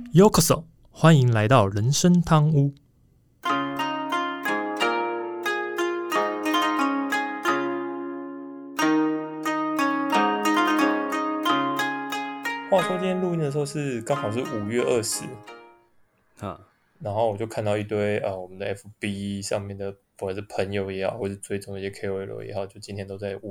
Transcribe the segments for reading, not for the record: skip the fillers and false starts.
Yokoso，欢迎来到人生汤屋。话说今天录音的时候刚好是5月20，然后我就看到一堆我们的 FB 上面的不管是朋友也好，或是追踪一些 KOL 也好，就今天都在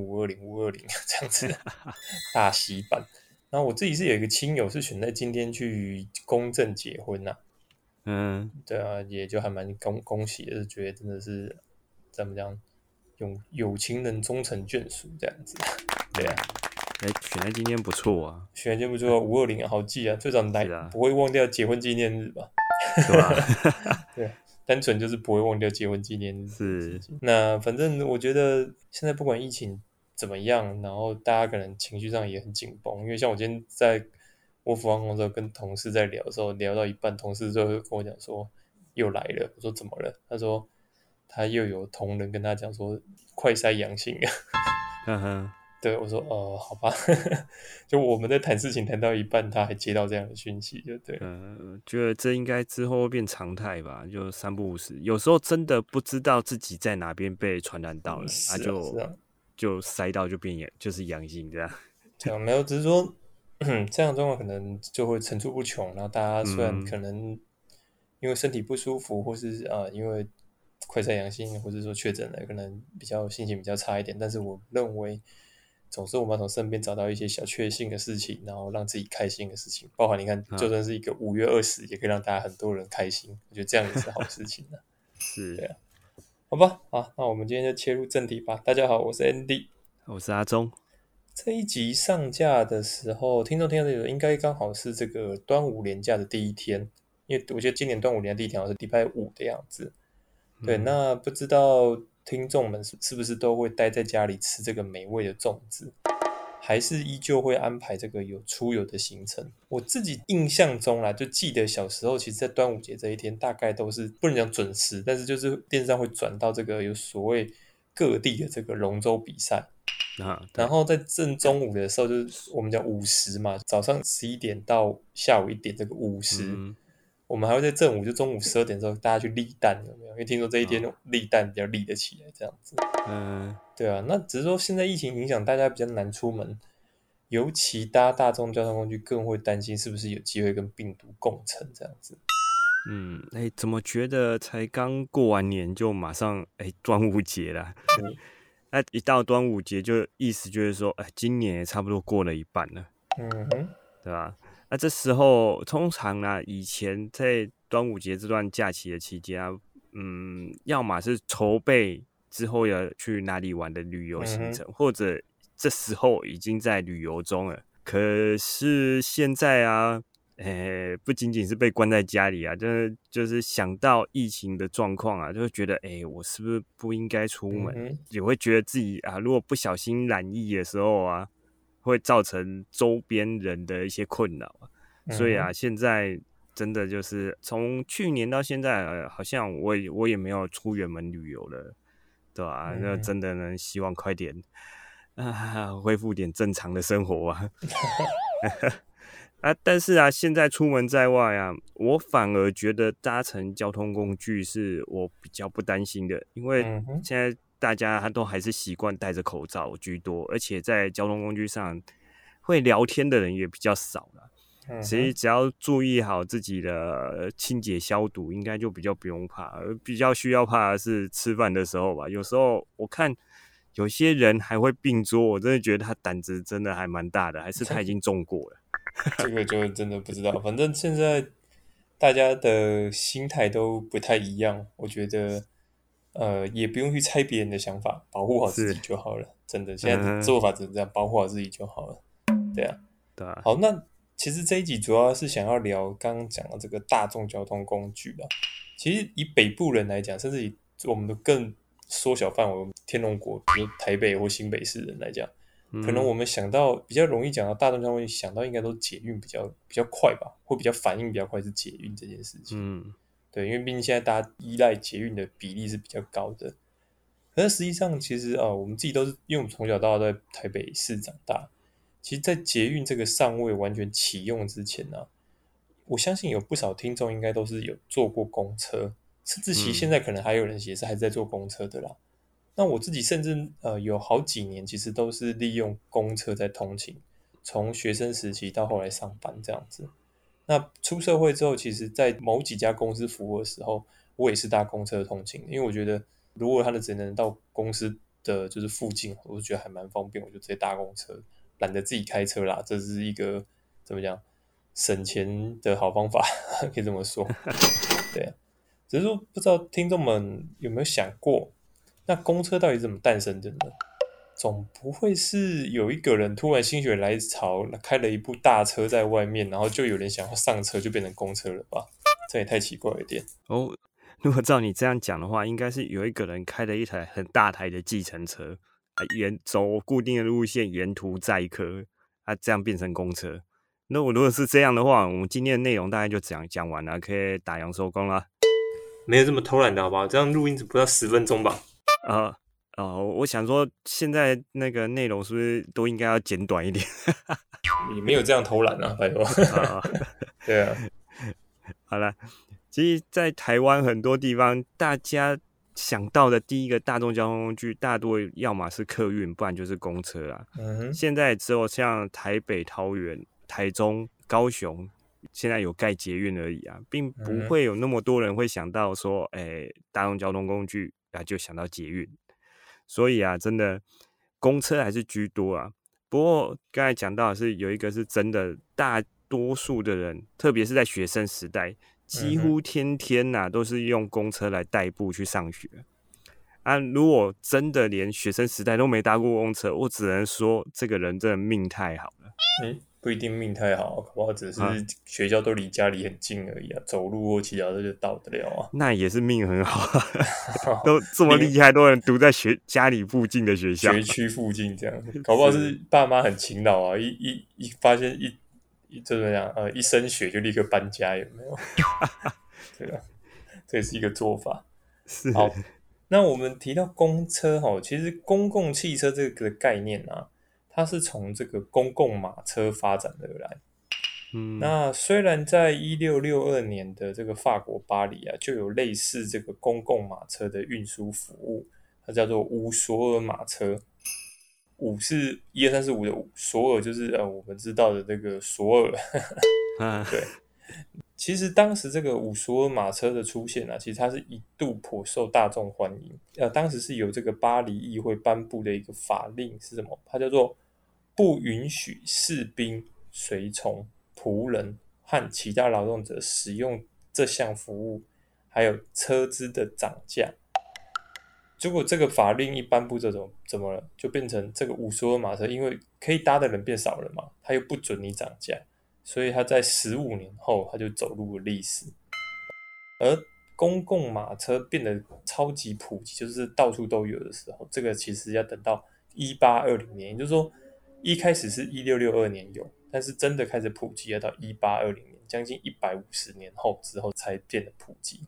520这样子大洗版。然后我自己是有一个亲友是选在今天去公证结婚对啊，也就还蛮恭喜的，就觉得真的是怎么讲，有情人终成眷属这样子，对啊。 选在今天不错啊， 选在今天不错，520好记啊，最少不会忘掉结婚纪念日吧？ 对吧？ 对，单纯就是不会忘掉结婚纪念日是。 那反正我觉得现在不管疫情怎么样，然后大家可能情绪上也很紧绷，因为像我今天在我服完工的时候跟同事在聊的时候，聊到一半，同事就跟我讲说又来了，我说怎么了？他说他又有同仁跟他讲说快筛阳性了。对，我说好吧，就我们在谈事情谈到一半，他还接到这样的讯息，就对。 觉得这应该之后会变常态吧，就三不五时，有时候真的不知道自己在哪边被传染到了，就塞到就是阳性这样。 这样没有，只是说这样的状况可能就会层出不穷，然后大家虽然可能因为身体不舒服，或是因为快筛阳性，或者说确诊了，可能心情比较差一点，但是我认为总是我们要从身边找到一些小确幸的事情，然后让自己开心的事情，包含你看，就算是一个5月20，也可以让大家很多人开心，我觉得这样也是好事情是， 对啊，好吧，好，那我们今天就切入正题吧。大家好，我是 Andy， 我是阿忠。 这一集上架的时候，听众听到这个应该刚好是这个端午连假的第一天，因为我觉得今年端午连假第一天好像是礼拜5的样子。对，那不知道听众们是不是都会待在家里吃这个美味的粽子，还是依旧会安排这个有出游的行程？我自己印象中啦，就记得小时候，其实在端午节这一天，大概都是不能讲准时，但是就是电视上会转到这个有所谓各地的这个龙舟比赛。然后在正中午的时候，就是我们讲午时嘛，早上11点到下午1点这个午时，我们还会在正午就中午12点的时候，大家去立蛋，有没有？因为听说这一天立蛋比较立得起来，这样子。对啊，那只是说现在疫情影响，大家比较难出门，尤其搭大众交通工具更会担心是不是有机会跟病毒共存这样子。 怎么觉得才刚过完年就马上端午节了？那一到端午节就意思就是说，今年也差不多过了一半了，对吧？那这时候通常呢，以前在端午节这段假期的期间啊，要么是筹备之后要去哪里玩的旅游行程，或者这时候已经在旅游中了。可是现在啊，不仅仅是被关在家里啊，就是想到疫情的状况啊，就会觉得，我是不是不应该出门？也会觉得自己啊，如果不小心染疫的时候啊，会造成周边人的一些困扰啊。所以啊，现在真的就是从去年到现在，好像我也没有出远门旅游了，对吧？那真的能希望快点恢复点正常的生活啊。但是啊，现在出门在外啊，我反而觉得搭乘交通工具是我比较不担心的，因为现在大家都还是习惯戴着口罩居多，而且在交通工具上会聊天的人也比较少了。所以只要注意好自己的清洁消毒，应该就比较不用怕。比较需要怕的是吃饭的时候吧，有时候我看有些人还会并桌，我真的觉得他胆子真的还蛮大的，还是他已经中过了。 这个就真的不知道，反正现在大家的心态都不太一样，我觉得也不用去猜别人的想法，保护好自己就好了。真的，现在的做法只能这样，保护好自己就好了。对啊，好，那其实这一集主要是想要聊刚刚讲的这个大众交通工具啦。其实以北部人来讲，甚至以我们的更缩小范围，天龙国，比如台北或新北市人来讲，可能我们想到比较容易讲到大众交通工具，想到应该都捷运比较快吧，会比较反应比较快是捷运这件事情。对，因为毕竟现在大家依赖捷运的比例是比较高的。可是实际上，其实我们自己都是因为我们从小到大都在台北市长大，其实，在捷运这个尚未完全启用之前呢， 我相信有不少听众应该都是有坐过公车，甚至其实现在可能还有人也是还在坐公车的啦。那我自己甚至有好几年其实都是利用公车在通勤，从学生时期到后来上班这样子。那出社会之后，其实在某几家公司服务的时候，我也是搭公车通勤，因为我觉得如果他的职能到公司的就是附近，我就觉得还蛮方便，我就直接搭公车，懒得自己开车啦。这是一个怎么讲省钱的好方法，可以这么说。对啊，只是说不知道听众们有没有想过，那公车到底怎么诞生的呢？总不会是有一个人突然心血来潮开了一部大车在外面，然后就有人想要上车就变成公车了吧？这也太奇怪了一点。 哦，如果照你这样讲的话，应该是有一个人开了一台很大台的计程车，走固定的路线，沿途载客，这样变成公车。那我如果是这样的话，我们今天的内容大概就讲完了，可以打烊收工了。 没有这么偷懒的好不好？这样录音只不到10分钟吧？ 我想说，现在那个内容是不是都应该要简短一点？ 你没有这样偷懒啊，拜托。对啊， 好了，其实，在台湾很多地方，大家想到的第一个大众交通工具，大多要么是客运，不然就是公车啦。现在只有像台北、桃园、台中、高雄，现在有盖捷运而已啊，并不会有那么多人会想到说，大众交通工具就想到捷运。所以啊，真的公车还是居多啊。不过刚才讲到的是有一个是真的，大多数的人，特别是在学生时代，几乎天天都是用公车来代步去上学啊。如果真的连学生时代都没搭过公车，我只能说这个人真的命太好了。 不一定命太好，搞不好只是学校都离家里很近而已啊，走路或骑脚车就到得了啊。 那也是命很好，都这么厉害，都能读在家里附近的学校， 学区附近这样，搞不好是爸妈很勤劳啊，一发现怎么样一升学就立刻搬家，有没有？对啊，这也是一个做法。 是好，那我们提到公车其实公共汽车这个概念啊，它是从这个公共马车发展而来。那虽然在1662年的这个法国巴黎啊，就有类似这个公共马车的运输服务，它叫做乌索尔马车。五是1、2、3、4、5的五，索尔就是我们知道的那个索尔。对，其实当时这个五索尔马车的出现啊，其实它是一度颇受大众欢迎。当时是由这个巴黎议会颁布的一个法令是什么？它叫做不允许士兵、随从、仆人和其他劳动者使用这项服务，还有车资的涨价。结果这个法令一颁布之后怎么了？就变成这个五索尔马车，因为可以搭的人变少了嘛，他又不准你涨价，所以他在15年后他就走入了历史。而公共马车变得超级普及，就是到处都有的时候，这个其实要等到1820年，也就是说一开始是1662年有，但是真的开始普及要到1820年，将近150年后之后才变得普及。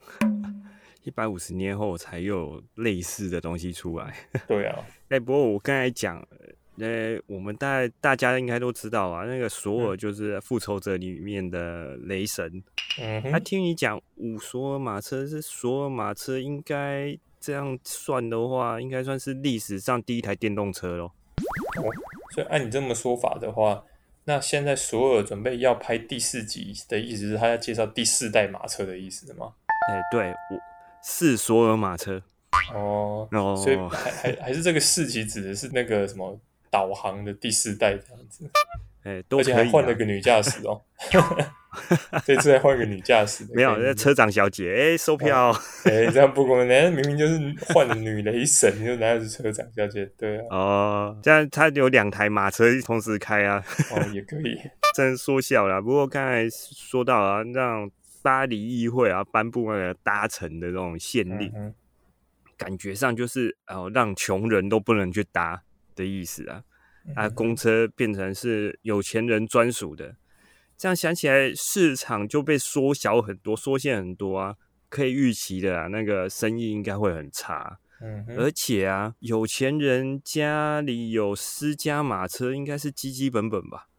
150年后才有类似的东西出来。 对啊， 不过我刚才讲，我们大家应该都知道啊，那个索尔就是复仇者里面的雷神。听你讲五索尔马车是索尔马车，应该这样算的话，应该算是历史上第一台电动车咯。 所以按你这么说法的话，那现在索尔准备要拍第4集的意思是他要介绍第4代马车的意思吗？ 对，是索尔马车。 所以还是这个4集指的是那个什么导航的第4代这样子。而且还换了个女驾驶哦。这次还换个女驾驶， 没有，车长小姐，收票。 这样不公平，明明就是换了女雷神，你就哪有是车长小姐？对啊。 这样他有2台马车同时开啊。 也可以。 真说笑啦，不过刚才说到啊，让巴黎议会啊颁布那个搭乘的这种限令，感觉上就是让穷人都不能去搭的意思啊。公车变成是有钱人专属的，这样想起来市场就被缩小很多，缩限很多啊。可以预期的那个生意应该会很差。而且啊，有钱人家里有私家马车，应该是基本吧。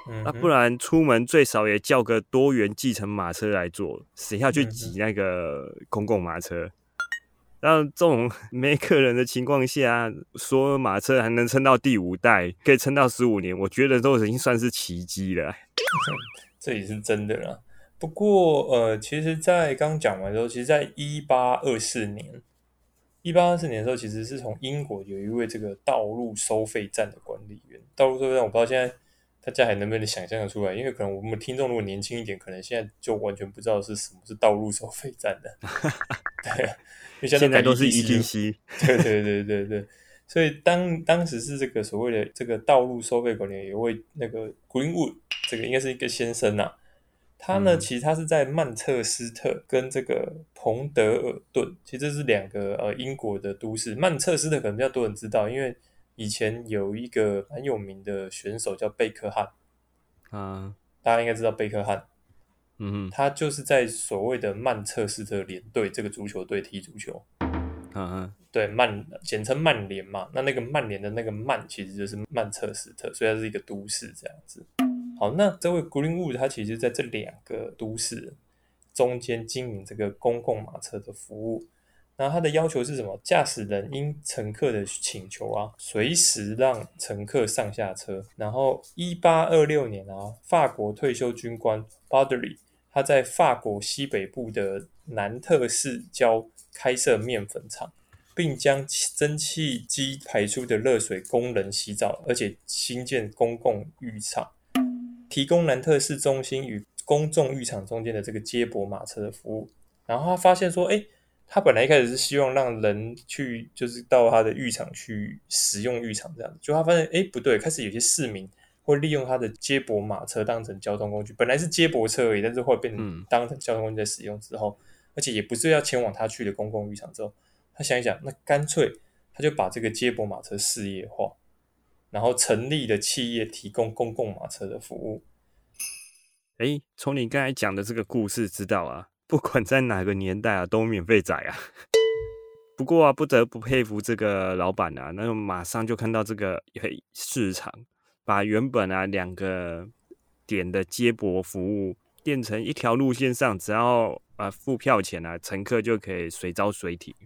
那不然出门最少也叫个多元计程马车来坐，谁要去挤那个公共马车？然后这种没客人的情况下，所有马车还能撑到第5代，可以撑到15年，我觉得都已经算是奇迹了。 这也是真的啦。不过其实在刚讲完之后，其实在1824年的时候，其实是从英国有一位这个道路收费站的管理员。道路收费站我不知道现在大家还能不能想象得出来，因为可能我们听众如果年轻一点，可能现在就完全不知道是什么是道路收费站的。对啊，因为现在都是 ETC。对。所以当时是这个所谓的这个道路收费管理员有位那个 Greenwood， 这个应该是一个先生啊。他呢，其实他是在曼彻斯特跟这个彭德尔顿，其实这是2个英国的都市。曼彻斯特可能比较多人知道，因为以前有一个蛮有名的选手叫贝克汉大家应该知道贝克汉。他就是在所谓的曼彻斯特联队这个足球队踢足球。对，简称曼联嘛。那个曼联的那个曼其实就是曼彻斯特，所以它是一个都市这样子。好，那这位 Greenwood 他其实在这2个都市中间经营这个公共马车的服务。那他的要求是什么？驾驶人因乘客的请求啊，随时让乘客上下车。然后1826年啊，法国退休军官 Baudry 他在法国西北部的南特市郊开设面粉厂，并将蒸汽机排出的热水供人洗澡，而且新建公共浴场，提供南特市中心与公众浴场中间的这个接驳马车的服务。然后他发现说，他本来一开始是希望让人去，就是到他的浴场去使用浴场这样子，就他发现，不对，开始有些市民会利用他的接驳马车当成交通工具，本来是接驳车而已，但是会变成当成交通工具在使用之后，而且也不是要前往他去的公共浴场之后，他想一想，那干脆他就把这个接驳马车事业化，然后成立了企业提供公共马车的服务。 从你刚才讲的这个故事知道啊，不管在哪个年代啊，都免费载啊。不过啊，不得不佩服这个老板啊，那马上就看到这个市场，把原本啊2个点的接驳服务变成一条路线上，只要付票钱啊，乘客就可以随招随停。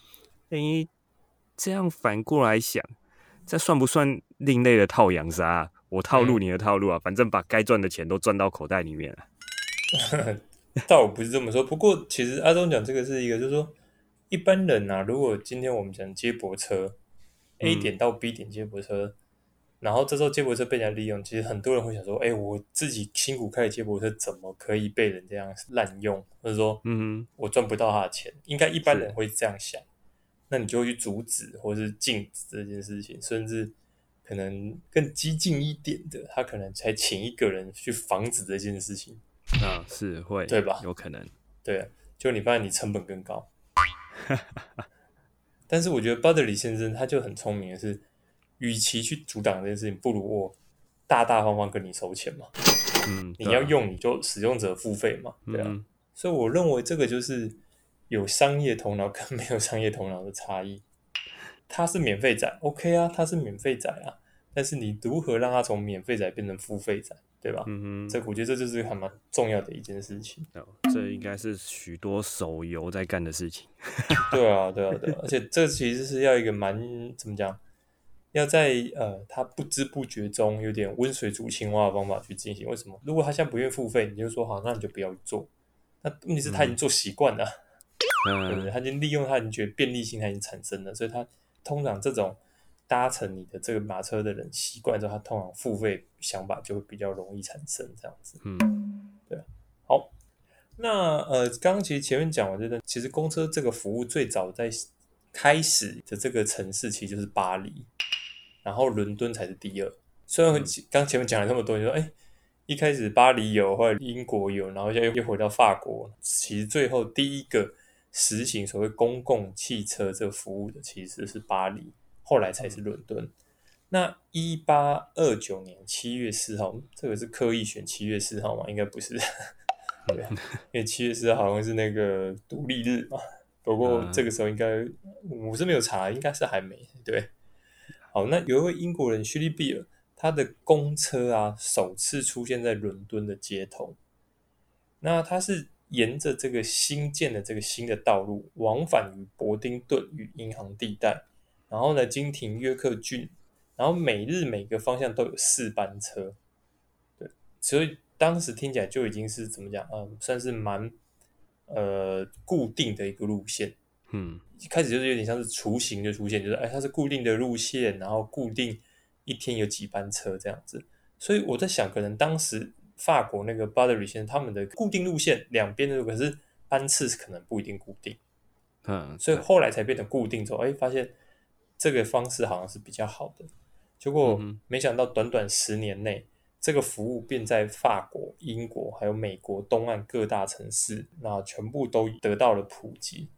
这样反过来想，这算不算另类的套养杀啊？我套路你的套路啊，反正把该赚的钱都赚到口袋里面了。 倒不是这么说，不过其实阿忠讲这个是一个，就是说一般人啊，如果今天我们讲接驳车，A 点到 B 点接驳车，然后这时候接驳车被人家利用，其实很多人会想说，我自己辛苦开的接驳车怎么可以被人这样滥用，或者说，我赚不到他的钱，应该一般人会这样想，那你就会去阻止或是禁止这件事情，甚至可能更激进一点的，他可能才请一个人去防止这件事情。 是会， 对吧？ 有可能， 对啊，就你发现你成本更高。但是我觉得 Baudry 先生他就很聪明的是，与其去阻挡这件事情，不如我大大方方跟你收钱嘛。你要用你就使用者付费嘛，对啊。所以我认为这个就是有商业头脑跟没有商业头脑的差异。他是免费载 ，OK 啊，他是免费载啊，但是你如何让他从免费载变成付费载，对吧？我觉得这就是还蛮重要的一件事情。 这应该是许多手游在干的事情。 对啊，而且这其实是要一个怎么讲？要在他不知不觉中有点温水煮青蛙的方法去进行。为什么？如果他现在不愿意付费，你就说好，那你就不要做。那问题是他已经做习惯了，对不对？他已经利用他已经觉得便利性他已经产生了，所以他通常这种搭乘你的这个马车的人习惯之后，他通常付费想法就会比较容易产生这样子。对。好，那刚刚其实前面讲完这个，其实公车这个服务最早在开始的这个城市其实就是巴黎，然后伦敦才是第2。虽然刚前面讲了那么多，你说一开始巴黎有，后来英国有，然后又回到法国，其实最后第一个实行所谓公共汽车这个服务的其实是巴黎，后来才是伦敦。那1829年7月4号，这个是刻意选7月4号吗？应该不是。对，因为7月4号好像是那个独立日嘛。不过这个时候应该我是没有查，应该是还没。对，好，那有一位英国人薛利比尔， 它的公车啊首次出现在伦敦的街头。那它是沿着这个新建的这个新的道路，往返于伯丁顿与银行地带，然后呢经停约克郡，然后每日每个方向都有4班车。对，所以当时听起来就已经是怎么讲，算是蛮固定的一个路线。一开始就是有点像是雏形的出现，就是它是固定的路线，然后固定一天有几班车这样子。所以我在想，可能当时法国那个 Buttery 先生他们的固定路线两边的，可是班次可能不一定固定，所以后来才变成固定之后，发现这个方式好像是比较好的。结果没想到短短10年内，这个服务便在法国、英国还有美国东岸各大城市，那全部都得到了普及。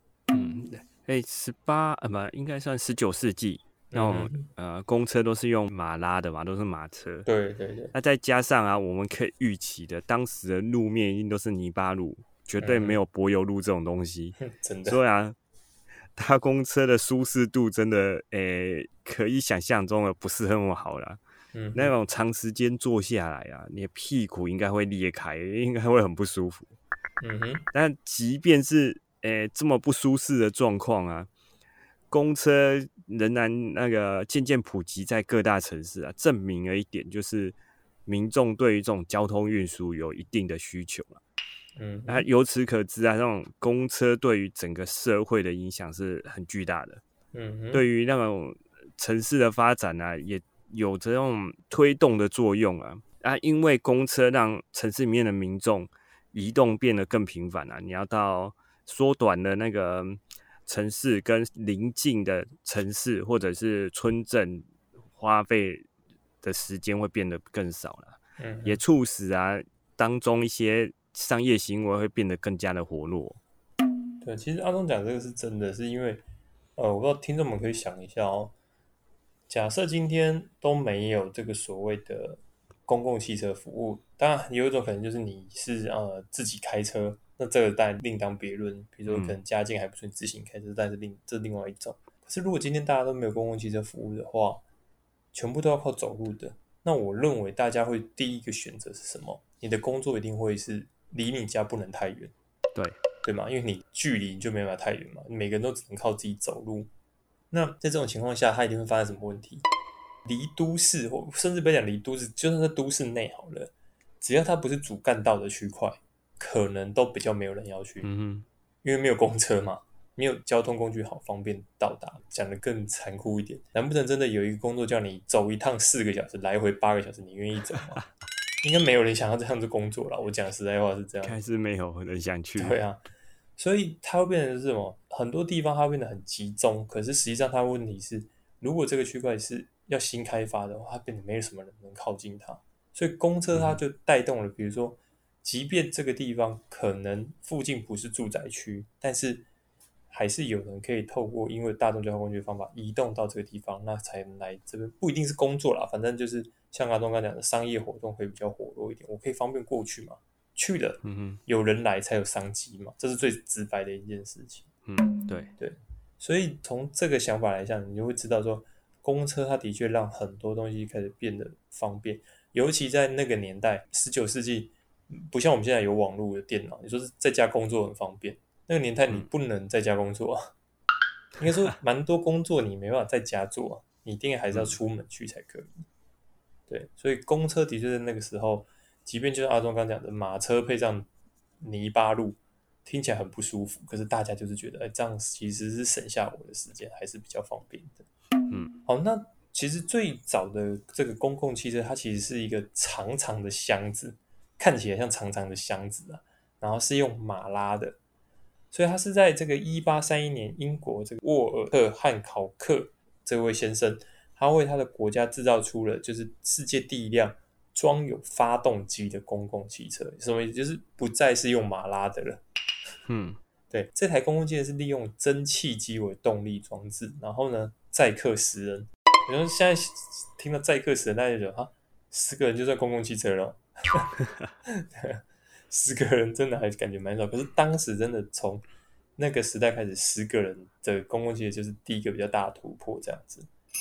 应该算19世纪那种公车都是用马拉的嘛，都是马车。 对对对。 那再加上啊，我们可以预期的，当时的路面一定都是泥巴路，绝对没有柏油路这种东西。 真的。 所以啊，搭公车的舒适度真的，可以想象中的不是那么好啦。那种长时间坐下来啊，你的屁股应该会裂开，应该会很不舒服。但即便是这么不舒适的状况啊，公车仍然那个渐渐普及在各大城市啊，证明了一点，就是民众对于这种交通运输有一定的需求啊。由此可知啊，这种公车对于整个社会的影响是很巨大的。对于那种城市的发展啊，也有这种推动的作用啊。因为公车让城市里面的民众移动变得更频繁啊，你要到缩短了那个城市跟邻近的城市或者是村镇花费的时间会变得更少了。也促使啊当中一些商业行为会变得更加的活络。 对，其实阿忠讲这个是真的，是因为我不知道听众们可以想一下哦，假设今天都没有这个所谓的公共汽车服务，当然有一种可能就是你是自己开车，那这个当然另当别论。比如说可能家境还不错，你自行开车，但是这另外一种。可是如果今天大家都没有公共汽车服务的话，全部都要靠走路的，那我认为大家会第一个选择是什么？你的工作一定会是离你家不能太远，对吗？因为你距离就没办法太远嘛，每个人都只能靠自己走路。那在这种情况下，它一定会发生什么问题？离都市，或甚至不要讲离都市，就算在都市内好了，只要它不是主干道的区块，可能都比较没有人要去，因为没有公车嘛，没有交通工具好方便到达。讲得更残酷一点，难不成真的有一个工作叫你走一趟4个小时，来回8个小时，你愿意走吗？应该没有人想要这样子工作啦，我讲实在话是这样， 还是没有人想去。 对啊，所以它会变成是什么？很多地方它会变得很集中，可是实际上它的问题是，如果这个区块是要新开发的话，它变得没有什么人能靠近它，所以公车它就带动了，比如说，即便这个地方可能附近不是住宅区，但是还是有人可以透过因为大众交通工具的方法移动到这个地方，那才能来这边，不一定是工作啦，反正就是像阿忠刚讲的，商业活动会比较活络一点，我可以方便过去嘛，去了，有人来才有商机嘛，这是最直白的一件事情。对，所以从这个想法来讲，你就会知道说，公车它的确让很多东西开始变得方便，尤其在那个年代，19世纪，不像我们现在有网络的电脑，你说是在家工作很方便。那个年代你不能在家工作啊，应该说蛮多工作你没办法在家做啊，你一定还是要出门去才可以。对，所以公车的确在那个时候，即便就是阿忠刚讲的马车配上泥巴路，听起来很不舒服，可是大家就是觉得，这样其实是省下我的时间，还是比较方便的。好，那其实最早的这个公共汽车，它其实是一个长长的箱子，看起来像长长的箱子啊，然后是用马拉的。所以他是在这个1831年，英国这个沃尔特汉考克这位先生，他为他的国家制造出了就是世界第一辆装有发动机的公共汽车。什么意思？就是不再是用马拉的了。对，这台公共汽车是利用蒸汽机为动力装置，然后呢载客10人。然后现在听到载客10人，大家就觉得10个人就算公共汽车了。10个人真的还感觉蛮少，可是当时真的从那个时代开始，10个人的公共汽车就是第一个比较大的突破，这样子。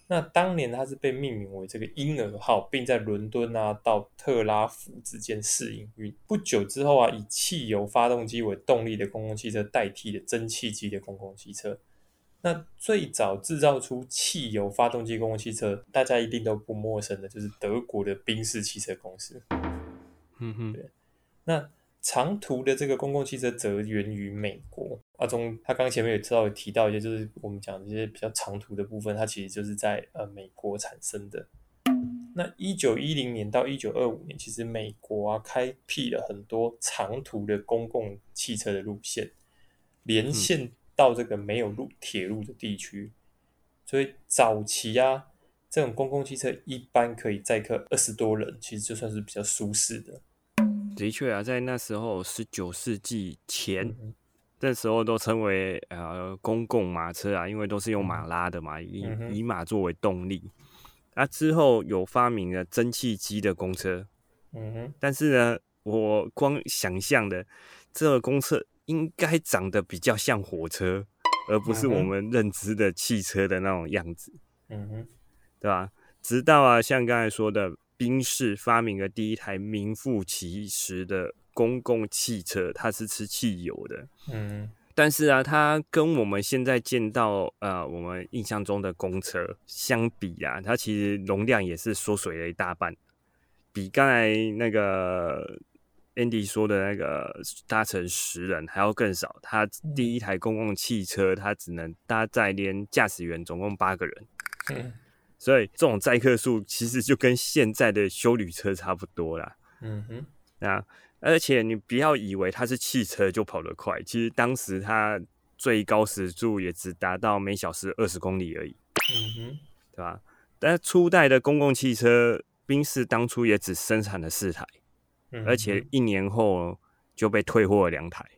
那当年它是被命名为这个婴儿号，并在伦敦到特拉福之间试营运。不久之后以汽油发动机为动力的公共汽车代替了蒸汽机的公共汽车。那最早制造出汽油发动机公共汽车，大家一定都不陌生的，就是德国的宾士汽车公司。对。那长途的这个公共汽车则源于美国。他刚前面有稍微提到一些，就是我们讲的这些比较长途的部分，它其实就是在美国产生的。那1910年到1925年，其实美国开辟了很多长途的公共汽车的路线，连线到这个没有铁路的地区。所以早期这种公共汽车一般可以载客20多人，其实就算是比较舒适的。 的确在那时候19世纪前，那时候都称为公共马车因为都是用马拉的嘛，以马作为动力。之后有发明了蒸汽机的公车，但是呢，我光想象的这个公车应该长得比较像火车，而不是我们认知的汽车的那种样子，对吧？直到像刚才说的，宾士发明了第一台名副其实的公共汽车，它是吃汽油的。但是它跟我们现在见到我们印象中的公车相比它其实容量也是缩水了一大半，比刚才那个 Andy 说的那个搭乘10人还要更少。它第一台公共汽车它只能搭载连驾驶员总共8个人。所以这种载客数其实就跟现在的休旅车差不多啦。而且你不要以为它是汽车就跑得快，其实当时它最高时速也只达到每小时20公里而已。对吧？但初代的公共汽车，宾士当初也只生产了4台，而且1年后就被退货了2台。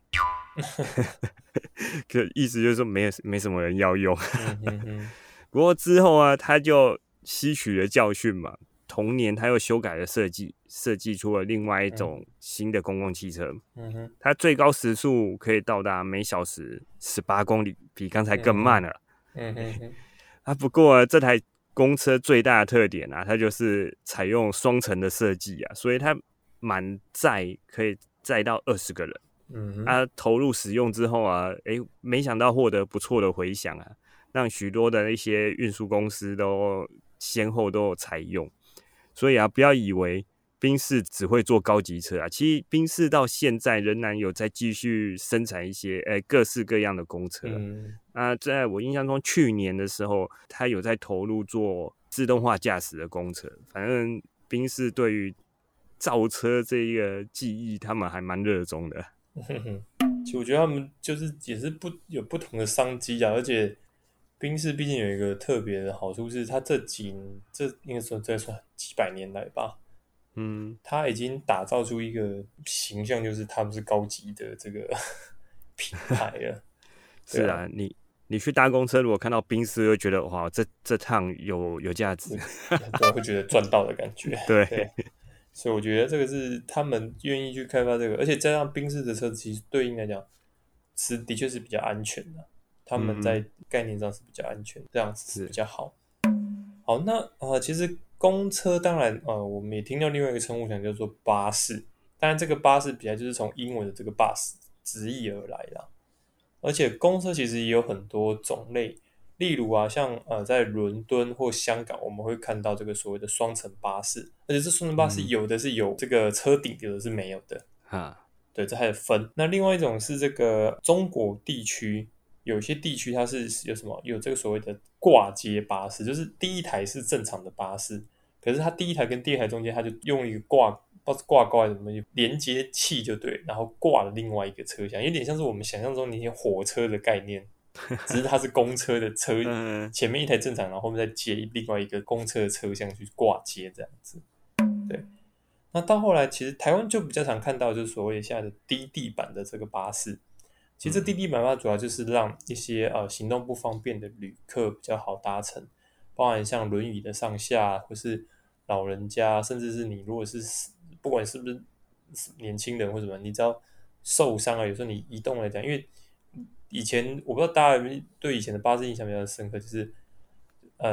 意思就是说没什么人要用。不过之后他就吸取了教训嘛，同年他又修改了设计出了另外一种新的公共汽车。它最高时速可以到达每小时18公里，比刚才更慢了。不过这台公车最大的特点它就是采用双层的设计所以它满载可以载到20个人。投入使用之后没想到获得不错的回响让许多的一些运输公司都先后都有采用。所以不要以为宾士只会做高级车其实宾士到现在仍然有在继续生产一些各式各样的公车。在我印象中去年的时候他有在投入做自动化驾驶的公车。反正宾士对于造车这一个技艺他们还蛮热衷的。 其实我觉得他们就是也是有不同的商机而且宾士毕竟有一个特别的好处是，它这应该说这算几百年来吧，它已经打造出一个形象，就是他们是高级的这个品牌了。 是你去搭公车，如果看到宾士，会觉得哇，这趟有价值， 对，会觉得赚到的感觉。 对。 所以我觉得这个是他们愿意去开发这个，而且加上宾士的车子，其实对应来讲的确是比较安全的。他们在概念上是比较安全，这样子是比较好。好，那其实公车当然我们也听到另外一个称呼叫做巴士，当然这个巴士比较就是从英文的这个 bus 直译而来啦。而且公车其实也有很多种类，例如像在伦敦或香港，我们会看到这个所谓的双层巴士，而且这双层巴士有的是有这个车顶，有的是没有的。对，这还有分。那另外一种是这个中国地区，有些地区它是有这个所谓的挂接巴士，就是第一台是正常的巴士，可是它第一台跟第二台中间，它就用一个不知道是挂钩还是什么连接器就对，然后挂了另外一个车厢，有点像是我们想象中那些火车的概念，只是它是公车的车前面一台正常，然后后面再接另外一个公车的车厢去挂接这样子。对，那到后来其实台湾就比较常看到就是所谓现在的低地板的这个巴士。其实这低地板巴士主要就是让一些行动不方便的旅客比较好搭乘，包含像轮椅的上下，或是老人家，甚至是你如果是不管是不是年轻人或什么，你只要受伤有时候你移动来讲，因为以前我不知道大家有没有对以前的巴士印象比较深刻，就是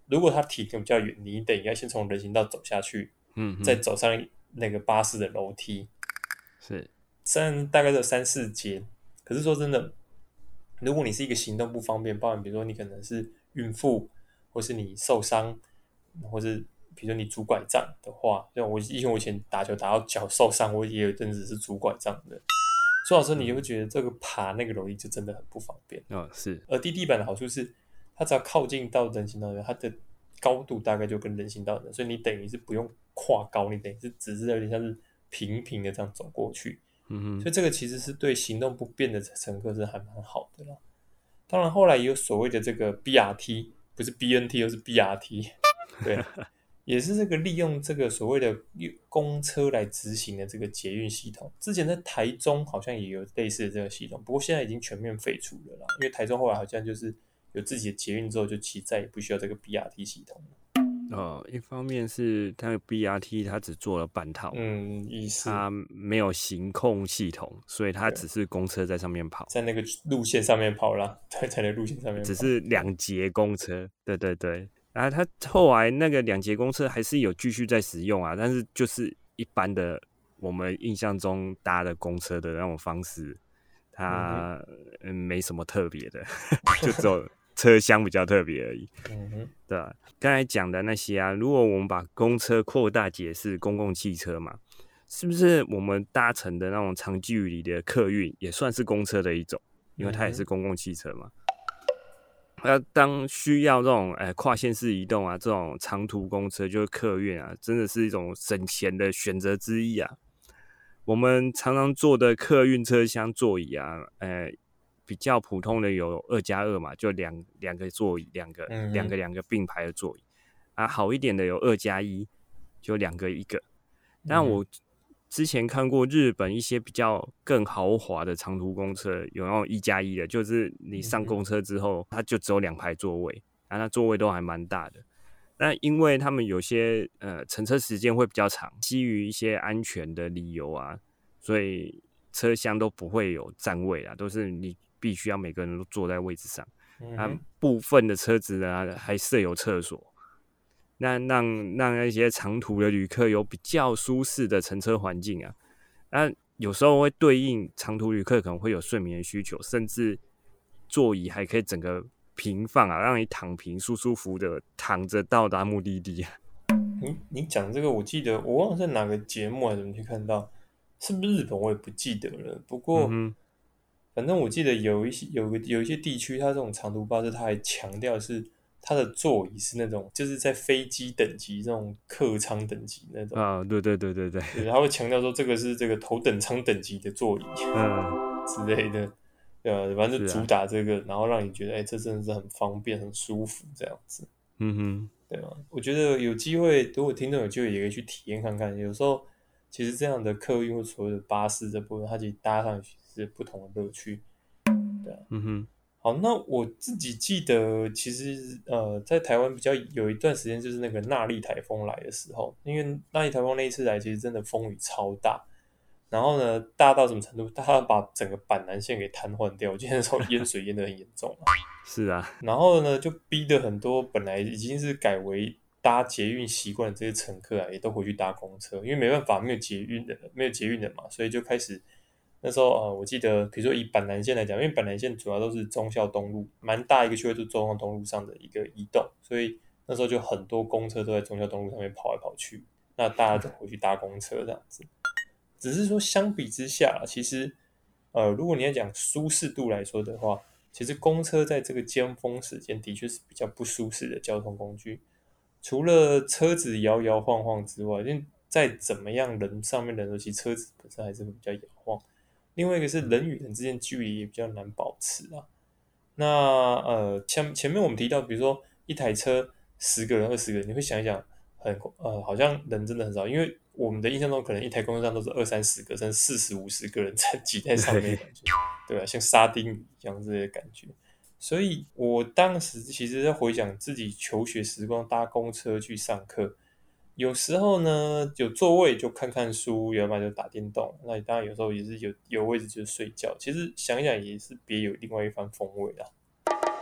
如果它停得比较远，你得应该先从人行道走下去，再走上那个巴士的楼梯， 是， 虽然大概有3-4阶，可是说真的，如果你是一个行动不方便，包含比如说你可能是孕妇，或是你受伤，或是比如说你拄拐杖的话，像我以前打球打到脚受伤，我也有一阵子是拄拐杖的。说老实，你就会觉得这个爬那个楼梯就真的很不方便。 是。 而低地板的好处是，它只要靠近到人行道，它的高度大概就跟人行道的，所以你等于是不用跨高，你等于是只是有点像是平平的这样走过去。所以这个其实是对行动不便的乘客是还蛮好的啦。当然后来也有所谓的这个 BRT， 不是 BNT 又是 BRT， 对，也是这个利用这个所谓的公车来执行的这个捷运系统。之前在台中好像也有类似的这个系统，不过现在已经全面废除了啦，因为台中后来好像就是有自己的捷运之后，就其实再也不需要这个 BRT 系统了。 一方面是它的 BRT 它只做了半套，它没有行控系统，所以它只是公车在上面跑， 在那个路线上面跑啦，对，在那个路线上面跑， 只是2节公车，对对对。然后它后来那个2节公车还是有继续在使用啊，但是就是一般的我们印象中搭的公车的那种方式，它没什么特别的，就只有车厢比较特别而已。对啊，刚才讲的那些啊，如果我们把公车扩大解释公共汽车嘛，是不是我们搭乘的那种长距离的客运也算是公车的一种？因为它也是公共汽车嘛。那当需要这种跨县市移动啊，这种长途公车就是客运啊，真的是一种省钱的选择之一啊。我们常常坐的客运车厢座椅啊，比较普通的有2+2嘛，就两个座椅，两个并排的座椅啊。好一点的有2+1，就2个1个。但我之前看过日本一些比较更豪华的长途公车，有那种1+1的，就是你上公车之后，它就只有2排座位，啊，那座位都还蛮大的。那因为他们有些乘车时间会比较长，基于一些安全的理由啊，所以车厢都不会有占位啦，都是你必须要每个人都坐在位置上。部分的车子呢还设有厕所，那让那些长途的旅客有比较舒适的乘车环境啊。那有时候会对应长途旅客可能会有睡眠的需求，甚至座椅还可以整个平放啊，让你躺平舒舒服的躺着到达目的地。 你讲这个，我记得我忘了在哪个节目还是怎么去看到，是不是日本我也不记得了。不过，反正我记得有一些地区，它这种长途巴士，它还强调是它的座椅是那种就是在飞机等级这种客舱等级那种啊，对， 他会强调说这个是这个头等舱等级的座椅，之类的。反正就主打这个，然后让你觉得，这真的是很方便、很舒服这样子。对吧？我觉得有机会，如果听众有机会，也可以去体验看看。有时候其实这样的客运或所谓的巴士这部分，它其实搭上去是不同的乐趣。对啊，好，那我自己记得，其实在台湾比较有一段时间，就是那个纳莉台风来的时候，因为纳莉台风那一次来，其实真的风雨超大。然后呢，大到什么程度？大到把整个板南线给瘫痪掉。我记得那时候淹水淹得很严重啊。 是啊。 然后呢，就逼得很多本来已经是改为搭捷运习惯的这些乘客啊，也都回去搭公车，因为没办法，没有捷运的嘛，所以就开始那时候我记得，比如说以板南线来讲，因为板南线主要都是忠孝东路，蛮大一个区域，就是忠孝东路上的一个移动，所以那时候就很多公车都在忠孝东路上面跑来跑去，那大家都回去搭公车这样子。只是说相比之下，其实如果你要讲舒适度来说的话，其实公车在这个尖峰时间的确是比较不舒适的交通工具。除了车子摇摇晃晃之外，因为再怎么样人上面的人，其实车子本身还是会比较摇晃。另外一个是人与人之间距离也比较难保持啊。那前面我们提到，比如说一台车10个人、20个人，你会想一想，好像人真的很少，因为我们的印象中可能一台公车上都是20-30个，甚至40-50个人在挤在上面的感觉，对啊，像沙丁鱼一样这些感觉。所以我当时其实在回想自己求学时光，搭公车去上课，有时候呢有座位就看看书，要不然就打电动。那当然有时候也是有位置就睡觉。其实想一想也是别有另外一番风味啦。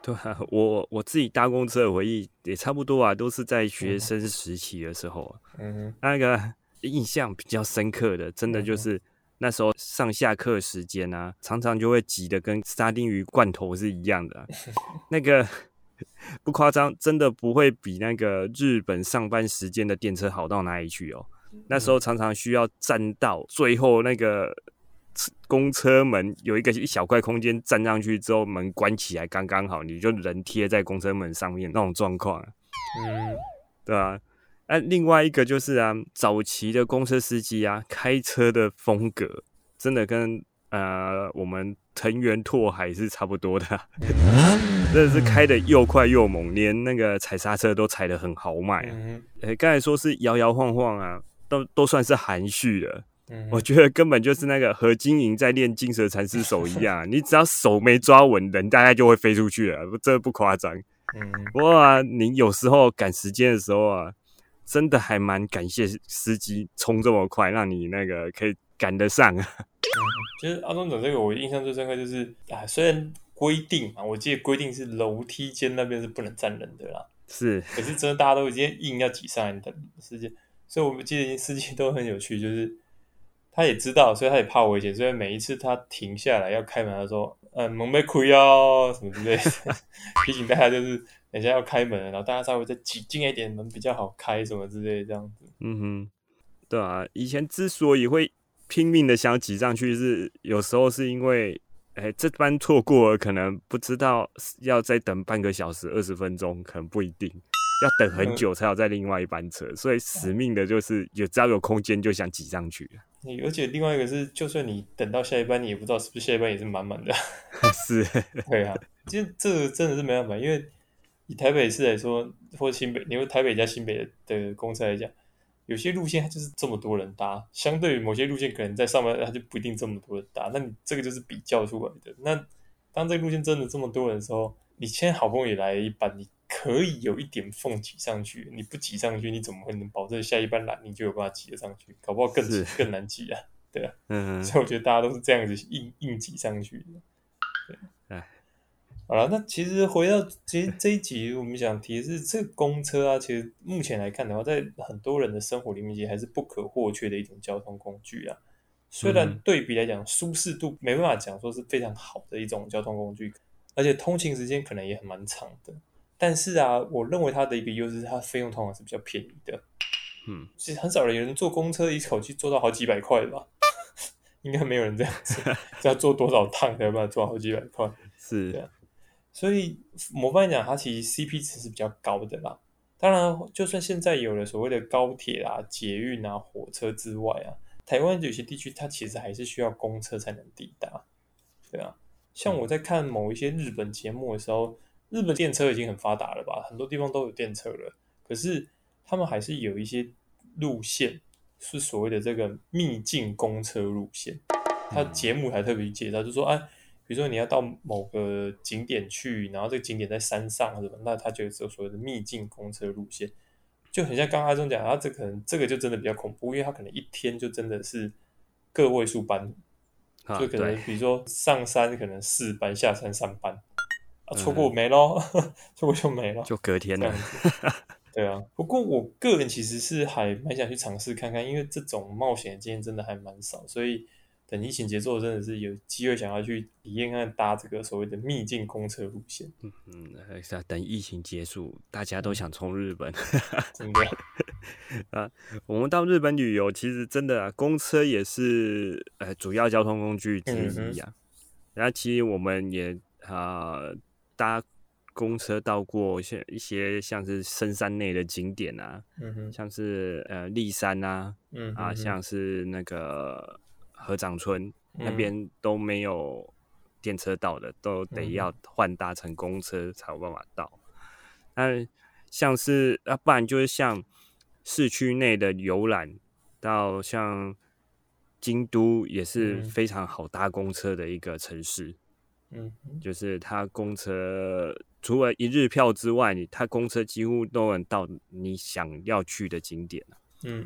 对啊，我自己搭公车的回忆也差不多啊，都是在学生时期的时候啊。那个印象比较深刻的，真的就是那时候上下课时间啊，常常就会挤得跟沙丁鱼罐头是一样的啊。那个不夸张，真的不会比那个日本上班时间的电车好到哪里去哦。那时候常常需要站到最后那个公车门有一小块空间，站上去之后门关起来刚刚好，你就人贴在公车门上面那种状况啊。对啊。另外一个就是啊，早期的公车司机啊，开车的风格真的跟我们藤原拓海是差不多的啊。真的是开的又快又猛，连那个踩刹车都踩得很豪迈啊。刚才说是摇摇晃晃啊，都算是含蓄了。我觉得根本就是那个何金莹在练金蛇缠丝手一样啊，你只要手没抓稳，人大概就会飞出去了，这不夸张。不过啊，你有时候赶时间的时候啊，真的还蛮感谢司机冲这么快，让你那个可以赶得上啊。 其实阿忠讲这个，我印象最深刻就是虽然规定嘛，我记得规定是楼梯间那边是不能站人的啦， 是， 可是真的大家都已经硬要挤上来等时间，所以我们记得司机都很有趣，就是他也知道，所以他也怕危险，所以每一次他停下来要开门，他说门被开哦什么之类的，提醒大家就是等一下要开门了，然后大家稍微再挤近一点，门比较好开什么之类的这样子。 对啊，以前之所以会拼命的想要挤上去，是有时候是因为这班错过了，可能不知道要再等半个小时、20分钟，可能不一定要等很久才有在另外一班车，所以死命的就是只要有空间就想挤上去。 而且另外一个是，就算你等到下一班，你也不知道是不是下一班也是满满的。 是， 对啊，其实这个真的是没办法，因为以台北市来说，或者新北，你说台北加新北的公车来讲，有些路线它就是这么多人搭，相对于某些路线可能在上班它就不一定这么多人搭，那你这个就是比较出来的。那当这个路线真的这么多人的时候，你现在好不容易来一班，你可以有一点缝挤上去，你不挤上去，你怎么会能保证下一班来你就有办法挤得上去？搞不好更难挤啊，对啊，所以我觉得大家都是这样子硬挤上去的。对，好了，那其实回到这一集，我们想提的是这个公车啊，其实目前来看的话，在很多人的生活里面，其实还是不可或缺的一种交通工具啊。虽然对比来讲，舒适度没办法讲说是非常好的一种交通工具，而且通勤时间可能也很蛮长的。但是啊，我认为它的一个优势是它费用通常是比较便宜的。其实很少人坐公车一口气坐到好几百块吧，应该没有人这样子，知道坐多少趟才有办法坐好几百块。 是， 对啊。所以某方面讲，它其实 CP 值是比较高的啦。当然，就算现在有了所谓的高铁啊、捷运啊、火车之外啊，台湾有些地区它其实还是需要公车才能抵达。对啊，像我在看某一些日本节目的时候，日本电车已经很发达了吧，很多地方都有电车了。可是他们还是有一些路线是所谓的这个秘境公车路线，他节目还特别介绍，就说比如说你要到某个景点去，然后这个景点在山上什么，那它就有所谓的秘境公车路线，就很像刚刚阿忠讲，这可能这个就真的比较恐怖，因为它可能一天就真的是个位数班，就可能比如说上山可能4班，下山3班，错过没咯，错过就没了， 就隔天了。 这样子。对啊，不过我个人其实是还蛮想去尝试看看，因为这种冒险的经验真的还蛮少，所以等疫情结束，真的是有机会想要去体验看搭这个所谓的秘境公车路线。 等疫情结束，大家都想冲日本。 真的啊，我们到日本旅游，其实真的啊，公车也是主要交通工具之一啊。然后其实我们也搭公车到过一些像是深山内的景点啊，像是立山啊，像是那个合掌村那边都没有电车到的，都得要换搭乘公车才有办法到。那像是不然就是像市区内的游览，到像京都也是非常好搭公车的一个城市。就是它公车除了1日票之外，它公车几乎都能到你想要去的景点。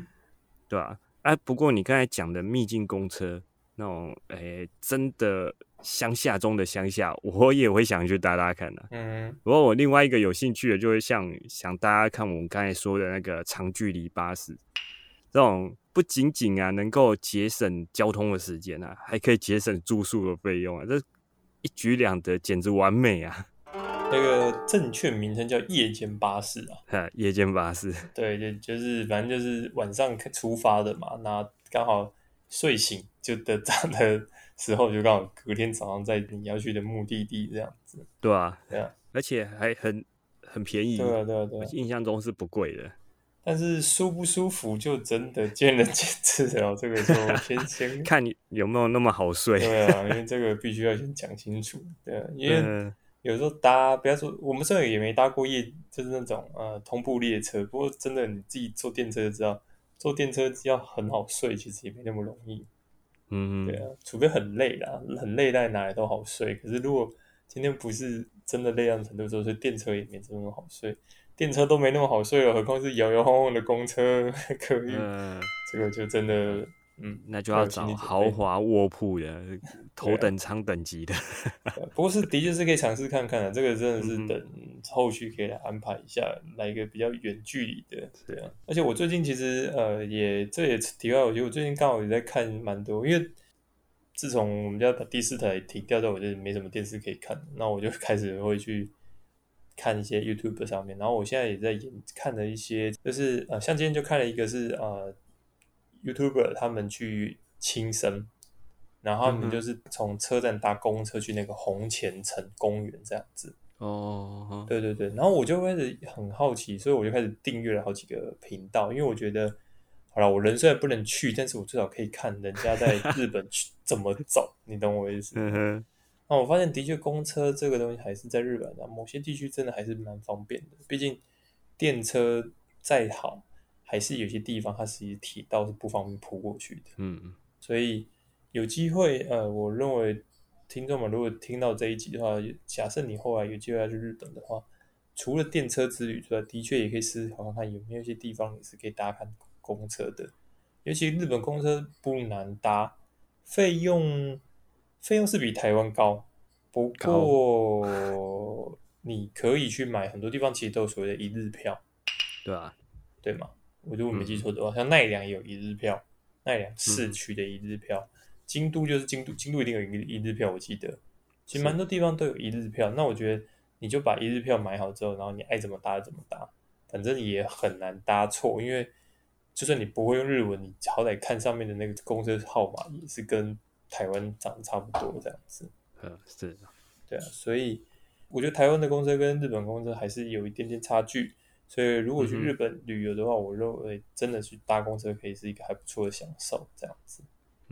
对吧？不过你刚才讲的秘境公车那种，真的乡下中的乡下，我也会想去搭搭看的。不过我另外一个有兴趣的，就会想大家看我们刚才说的那个长距离巴士，这种不仅仅啊能够节省交通的时间啊，还可以节省住宿的费用啊，这一举两得，简直完美啊！ 那个正确名称叫夜间巴士啊， 夜间巴士， 对，就是反正就是晚上出发的嘛，那刚好睡醒就的时候，就刚好隔天早上在你要去的目的地这样子。 对啊， 对啊， 而且还很便宜， 对啊， 我印象中是不贵的。 但是舒不舒服就真的见仁见智了，这个就先看你有没有那么好睡。 对啊，因为这个必须要先讲清楚。对啊，因为有时候搭，不要说我们虽然也没搭过就是那种同步列车，不过真的你自己坐电车就知道，坐电车要很好睡，其实也没那么容易。对啊，除非很累啦，很累但哪里都好睡。可是如果今天不是真的累到程度之后，所以电车也没这么好睡，电车都没那么好睡了，何况是摇摇晃晃的公车客运，这个就真的那就要找豪华卧铺的头等舱等级的。 不过的确是可以尝试看看的，这个真的是等后续可以来安排一下，来一个比较远距离的，对啊。而且我最近其实这也题外，我觉得我最近刚好也在看蛮多，因为自从我们家把第4台停掉之后，我就没什么电视可以看，那我就开始会去看一些 YouTube 上面，然后我现在也在看了一些，就是像今天就看了一个是YouTuber 他们去轻生。然后他们就是从车站搭公车去那个红前城公园这样子。对对对，然后我就开始很好奇，所以我就开始订阅了好几个频道，因为我觉得，好了，我人虽然不能去，但是我至少可以看人家在日本怎么走，你懂我意思？那我发现的确公车这个东西还是在日本啊，某些地区真的还是蛮方便的，毕竟电车再好，还是有些地方它其实铁道是不方便铺过去的。所以有机会，我认为听众们如果听到这一集的话，假设你后来有机会要去日本的话，除了电车之旅之外，的确也可以思考看有没有一些地方也是可以搭看公车的。尤其日本公车不难搭，费用是比台湾高，不过你可以去买，很多地方其实都有所谓的一日票， 对啊， 对吗？我如果没记错的话，像奈良也有一日票，奈良市区的一日票。京都就是京都一定有一日票，我记得，其实蛮多地方都有一日票。那我觉得你就把一日票买好之后，然后你爱怎么搭怎么搭，反正也很难搭错，因为就算你不会用日文，你好歹看上面的那个公车号码也是跟台湾长得差不多这样子。 是， 对啊，所以我觉得台湾的公车跟日本公车还是有一点点差距。所以如果去日本旅游的话，我认为真的去搭公车可以是一个还不错的享受，这样子。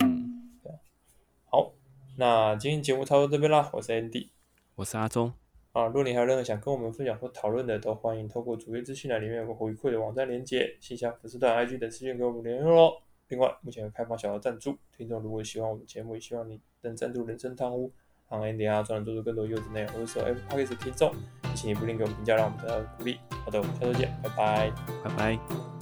好，那今天节目差不多这边啦，我是 Andy， 我是阿忠。 如果你还有任何想跟我们分享或讨论的，都欢迎透过主页资讯栏里面有个回馈的网站连结、信箱、粉丝团、IG 等资讯跟我们联络哦。另外，目前有开放小额赞助，听众如果喜欢我们节目，也希望你能赞助人生汤屋，让 Andy 阿忠做出更多优质内容，或者是 Apple Podcast 的听众，请你不吝给我们评价，让我们得到鼓励。好的，我们下周见，拜拜， 拜拜。